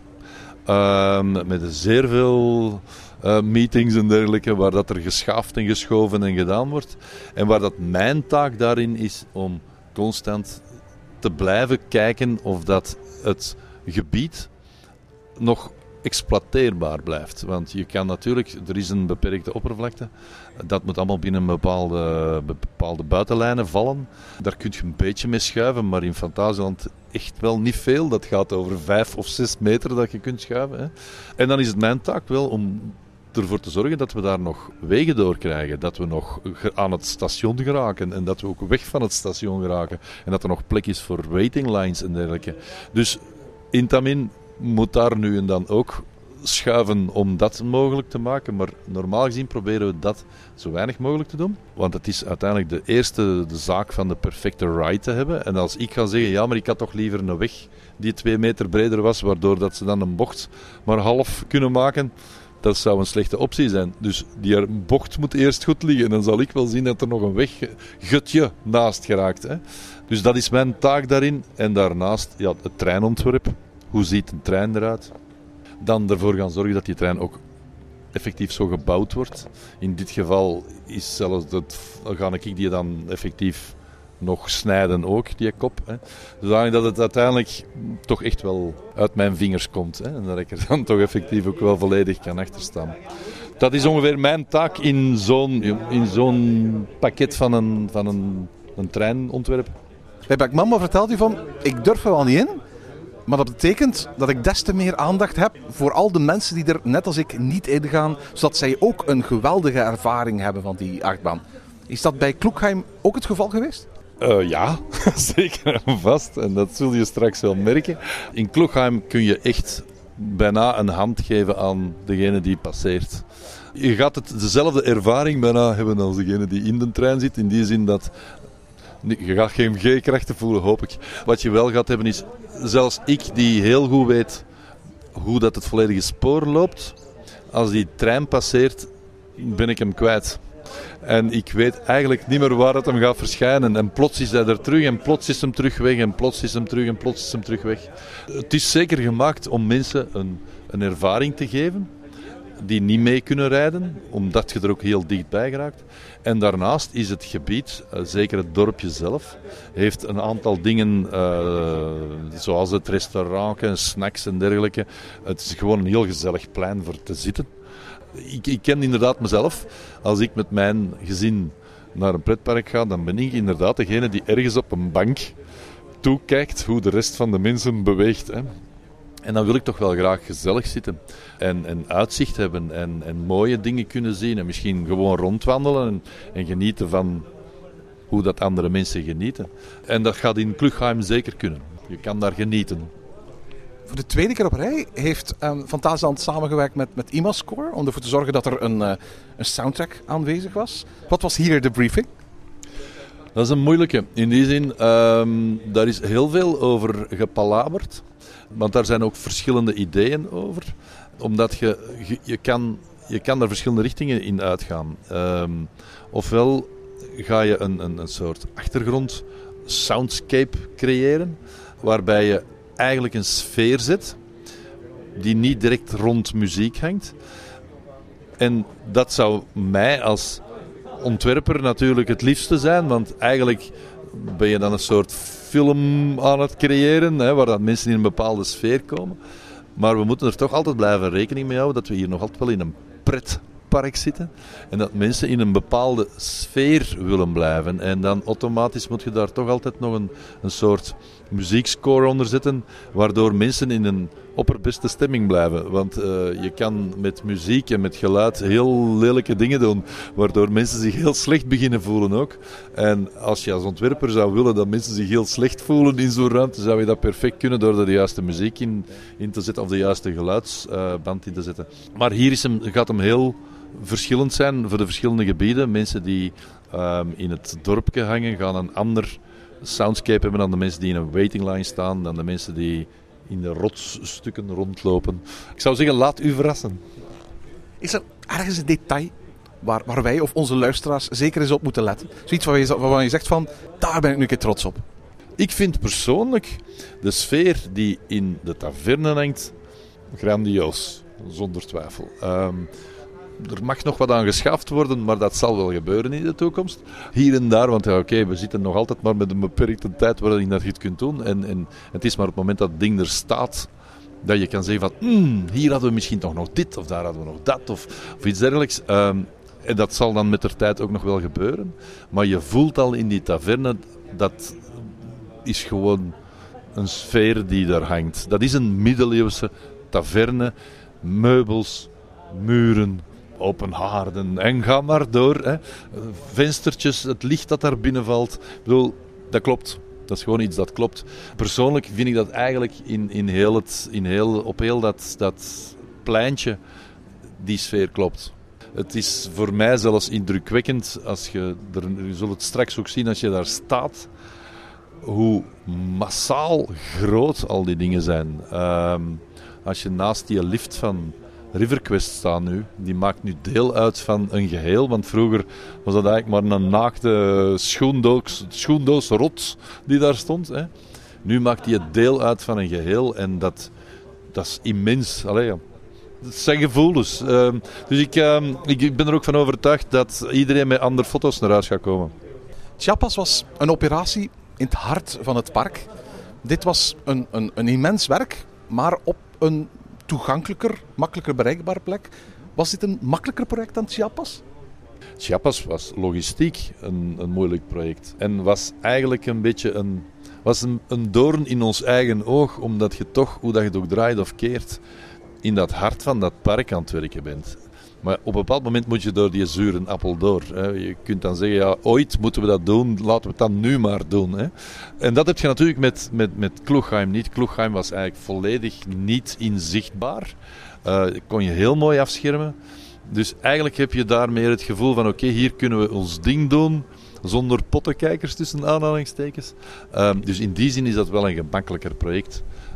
Met zeer veel meetings en dergelijke, waar dat er geschaafd en geschoven en gedaan wordt. En waar dat mijn taak daarin is om constant te blijven kijken of dat het gebied nog exploiteerbaar blijft. Want je kan natuurlijk, er is een beperkte oppervlakte, dat moet allemaal binnen bepaalde buitenlijnen vallen. Daar kun je een beetje mee schuiven, maar in Fantasieland echt wel niet veel. Dat gaat over 5 of 6 meter dat je kunt schuiven. Hè. En dan is het mijn taak wel om ervoor te zorgen dat we daar nog wegen door krijgen. Dat we nog aan het station geraken en dat we ook weg van het station geraken. En dat er nog plek is voor waiting lines en dergelijke. Dus Intamin moet daar nu en dan ook schuiven om dat mogelijk te maken. Maar normaal gezien proberen we dat zo weinig mogelijk te doen. Want het is uiteindelijk de zaak van de perfecte ride te hebben. En als ik ga zeggen, ja, maar ik had toch liever een weg die 2 meter breder was, waardoor dat ze dan een bocht maar half kunnen maken, dat zou een slechte optie zijn. Dus die bocht moet eerst goed liggen. En dan zal ik wel zien dat er nog een weggutje naast geraakt. Hè. Dus dat is mijn taak daarin. En daarnaast het treinontwerp. Hoe ziet een trein eruit? Dan ervoor gaan zorgen dat die trein ook effectief zo gebouwd wordt. In dit geval is zelfs ga ik die dan effectief nog snijden ook, die kop. Hè. Zodat het uiteindelijk toch echt wel uit mijn vingers komt. Hè. En dat ik er dan toch effectief ook wel volledig kan achterstaan. Dat is ongeveer mijn taak in zo'n pakket van een treinontwerp. Bij Black Mamba vertelt u van, ik durf er wel niet in. Maar dat betekent dat ik des te meer aandacht heb voor al de mensen die er net als ik niet in gaan, zodat zij ook een geweldige ervaring hebben van die achtbaan. Is dat bij Kloegheim ook het geval geweest? Ja, zeker en vast. En dat zul je straks wel merken. In Kloegheim kun je echt bijna een hand geven aan degene die passeert. Je gaat dezelfde ervaring bijna hebben als degene die in de trein zit. In die zin dat je gaat geen G-krachten voelen, hoop ik. Wat je wel gaat hebben is, zelfs ik die heel goed weet hoe dat het volledige spoor loopt, als die trein passeert, ben ik hem kwijt. En ik weet eigenlijk niet meer waar het hem gaat verschijnen. En plots is hij er terug en plots is hem terug weg en plots is hem terug en plots is hem terug weg. Het is zeker gemaakt om mensen een ervaring te geven die niet mee kunnen rijden, omdat je er ook heel dichtbij geraakt. En daarnaast is het gebied, zeker het dorpje zelf, heeft een aantal dingen, zoals het restaurant en snacks en dergelijke. Het is gewoon een heel gezellig plein voor te zitten. Ik ken inderdaad mezelf. Als ik met mijn gezin naar een pretpark ga, dan ben ik inderdaad degene die ergens op een bank toekijkt hoe de rest van de mensen beweegt. Hè. En dan wil ik toch wel graag gezellig zitten en uitzicht hebben en mooie dingen kunnen zien. En misschien gewoon rondwandelen en genieten van hoe dat andere mensen genieten. En dat gaat in Klugheim zeker kunnen. Je kan daar genieten. Voor de tweede keer op rij heeft Fantasieland samengewerkt met IMAscore om ervoor te zorgen dat er een soundtrack aanwezig was. Wat was hier de briefing? Dat is een moeilijke. In die zin, daar is heel veel over gepalaberd. Want daar zijn ook verschillende ideeën over. Omdat je kan er verschillende richtingen in uitgaan. Ofwel ga je een soort achtergrond soundscape creëren, waarbij je eigenlijk een sfeer zet die niet direct rond muziek hangt. En dat zou mij als ontwerper natuurlijk het liefste zijn, want eigenlijk ben je dan een soort film aan het creëren, hè, waar dat mensen in een bepaalde sfeer komen. Maar we moeten er toch altijd blijven rekening mee houden dat we hier nog altijd wel in een pretpark zitten en dat mensen in een bepaalde sfeer willen blijven. En dan automatisch moet je daar toch altijd nog een soort muziekscore onder zetten, waardoor mensen in een opperbeste stemming blijven. Want je kan met muziek en met geluid heel lelijke dingen doen, waardoor mensen zich heel slecht beginnen voelen ook. En als je als ontwerper zou willen dat mensen zich heel slecht voelen in zo'n ruimte, zou je dat perfect kunnen door er de juiste muziek in te zetten of de juiste geluidsband in te zetten. Maar hier gaat hem heel verschillend zijn voor de verschillende gebieden. Mensen die in het dorpje hangen, gaan een ander soundscape hebben dan de mensen die in een waiting line staan, dan de mensen die in de rotsstukken rondlopen. Ik zou zeggen, laat u verrassen. Is er ergens een detail waar wij of onze luisteraars zeker eens op moeten letten? Zoiets waarvan je zegt van, daar ben ik nu een keer trots op. Ik vind persoonlijk de sfeer die in de taverne hangt grandioos, zonder twijfel. Er mag nog wat aan geschaafd worden, maar dat zal wel gebeuren in de toekomst. Hier en daar, want we zitten nog altijd maar met een beperkte tijd waarin dat je het kunt doen. En het is maar op het moment dat het ding er staat, dat je kan zeggen van, hier hadden we misschien toch nog dit, of daar hadden we nog dat, of iets dergelijks. En dat zal dan met de tijd ook nog wel gebeuren. Maar je voelt al in die taverne, dat is gewoon een sfeer die daar hangt. Dat is een middeleeuwse taverne, meubels, muren, open haarden en ga maar door. Hè. Venstertjes, het licht dat daar binnenvalt. Ik bedoel, dat klopt. Dat is gewoon iets dat klopt. Persoonlijk vind ik dat eigenlijk op heel dat pleintje die sfeer klopt. Het is voor mij zelfs indrukwekkend, je zult het straks ook zien als je daar staat, hoe massaal groot al die dingen zijn. Als je naast die lift van RiverQuest staat nu, die maakt nu deel uit van een geheel, want vroeger was dat eigenlijk maar een naakte schoendoos rots die daar stond. Hè. Nu maakt die het deel uit van een geheel en dat is immens. Allee, ja. Dat zijn gevoelens. Dus ik ben er ook van overtuigd dat iedereen met andere foto's naar huis gaat komen. Chiapas was een operatie in het hart van het park. Dit was een immens werk, maar op een toegankelijker, makkelijker bereikbare plek. Was dit een makkelijker project dan Chiapas? Chiapas was logistiek een moeilijk project. En was eigenlijk een beetje een doorn in ons eigen oog, omdat je toch, hoe dat je het ook draait of keert, in dat hart van dat park aan het werken bent. Maar op een bepaald moment moet je door die zure appel door. Hè. Je kunt dan zeggen, ja, ooit moeten we dat doen, laten we het dan nu maar doen. Hè. En dat heb je natuurlijk met Klugheim niet. Klugheim was eigenlijk volledig niet inzichtbaar. Kon je heel mooi afschermen. Dus eigenlijk heb je daar meer het gevoel van, oké, hier kunnen we ons ding doen, zonder pottenkijkers tussen aanhalingstekens. Dus in die zin is dat wel een gemakkelijker project.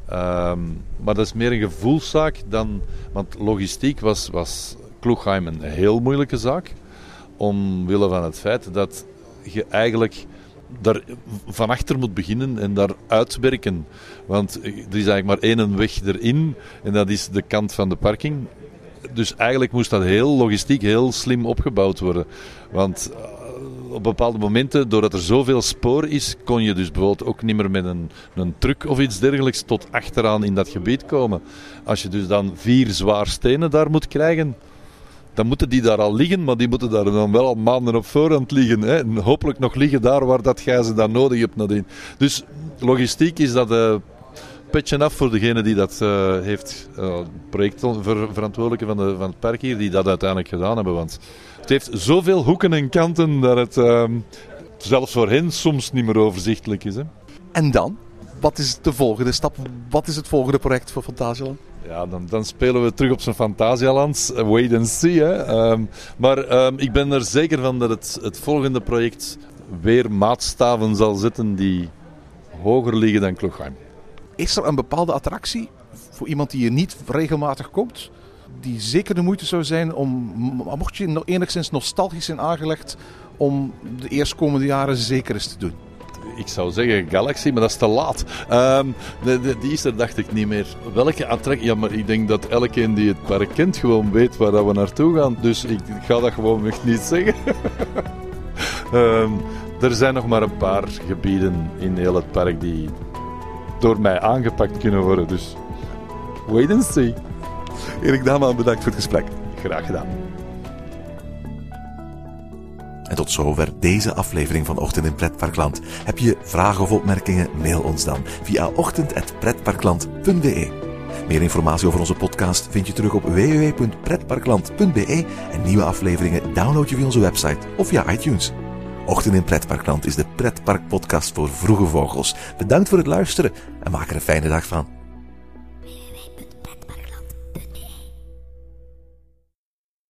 Maar dat is meer een gevoelszaak dan... Want logistiek was Kloegheim een heel moeilijke zaak. Omwille van het feit dat je eigenlijk daar van achter moet beginnen en daar uitwerken. Want er is eigenlijk maar één weg erin en dat is de kant van de parking. Dus eigenlijk moest dat heel logistiek, heel slim opgebouwd worden. Want op bepaalde momenten, doordat er zoveel spoor is, kon je dus bijvoorbeeld ook niet meer met een truck of iets dergelijks tot achteraan in dat gebied komen. Als je dus dan 4 zwaar stenen daar moet krijgen, dan moeten die daar al liggen, maar die moeten daar dan wel al maanden op voorhand liggen. Hè? En hopelijk nog liggen daar waar dat jij ze dan nodig hebt nadien. Dus logistiek is dat petje af voor degene die dat heeft, projectverantwoordelijke van het park hier, die dat uiteindelijk gedaan hebben. Want het heeft zoveel hoeken en kanten dat het zelfs voor hen soms niet meer overzichtelijk is. Hè? En dan? Wat is de volgende stap? Wat is het volgende project voor Phantasialand? Ja, dan spelen we terug op zijn Phantasialand. Wait and see. Hè. Maar ik ben er zeker van dat het volgende project weer maatstaven zal zetten die hoger liggen dan Kloegheim. Is er een bepaalde attractie voor iemand die hier niet regelmatig komt, die zeker de moeite zou zijn om, mocht je nog enigszins nostalgisch zijn aangelegd, om de eerstkomende jaren zeker eens te doen? Ik zou zeggen Galaxy, maar dat is te laat. Die is er, dacht ik, niet meer. Welke attractie? Ja, maar ik denk dat elkeen die het park kent gewoon weet waar dat we naartoe gaan. Dus ik ga dat gewoon echt niet zeggen. Er zijn nog maar een paar gebieden in heel het park die door mij aangepakt kunnen worden. Dus wait and see. Erik Daman, bedankt voor het gesprek. Graag gedaan. En tot zover deze aflevering van Ochtend in Pretparkland. Heb je vragen of opmerkingen? Mail ons dan via ochtend@pretparkland.be. Meer informatie over onze podcast vind je terug op www.pretparkland.be en nieuwe afleveringen download je via onze website of via iTunes. Ochtend in Pretparkland is de pretparkpodcast voor vroege vogels. Bedankt voor het luisteren en maak er een fijne dag van.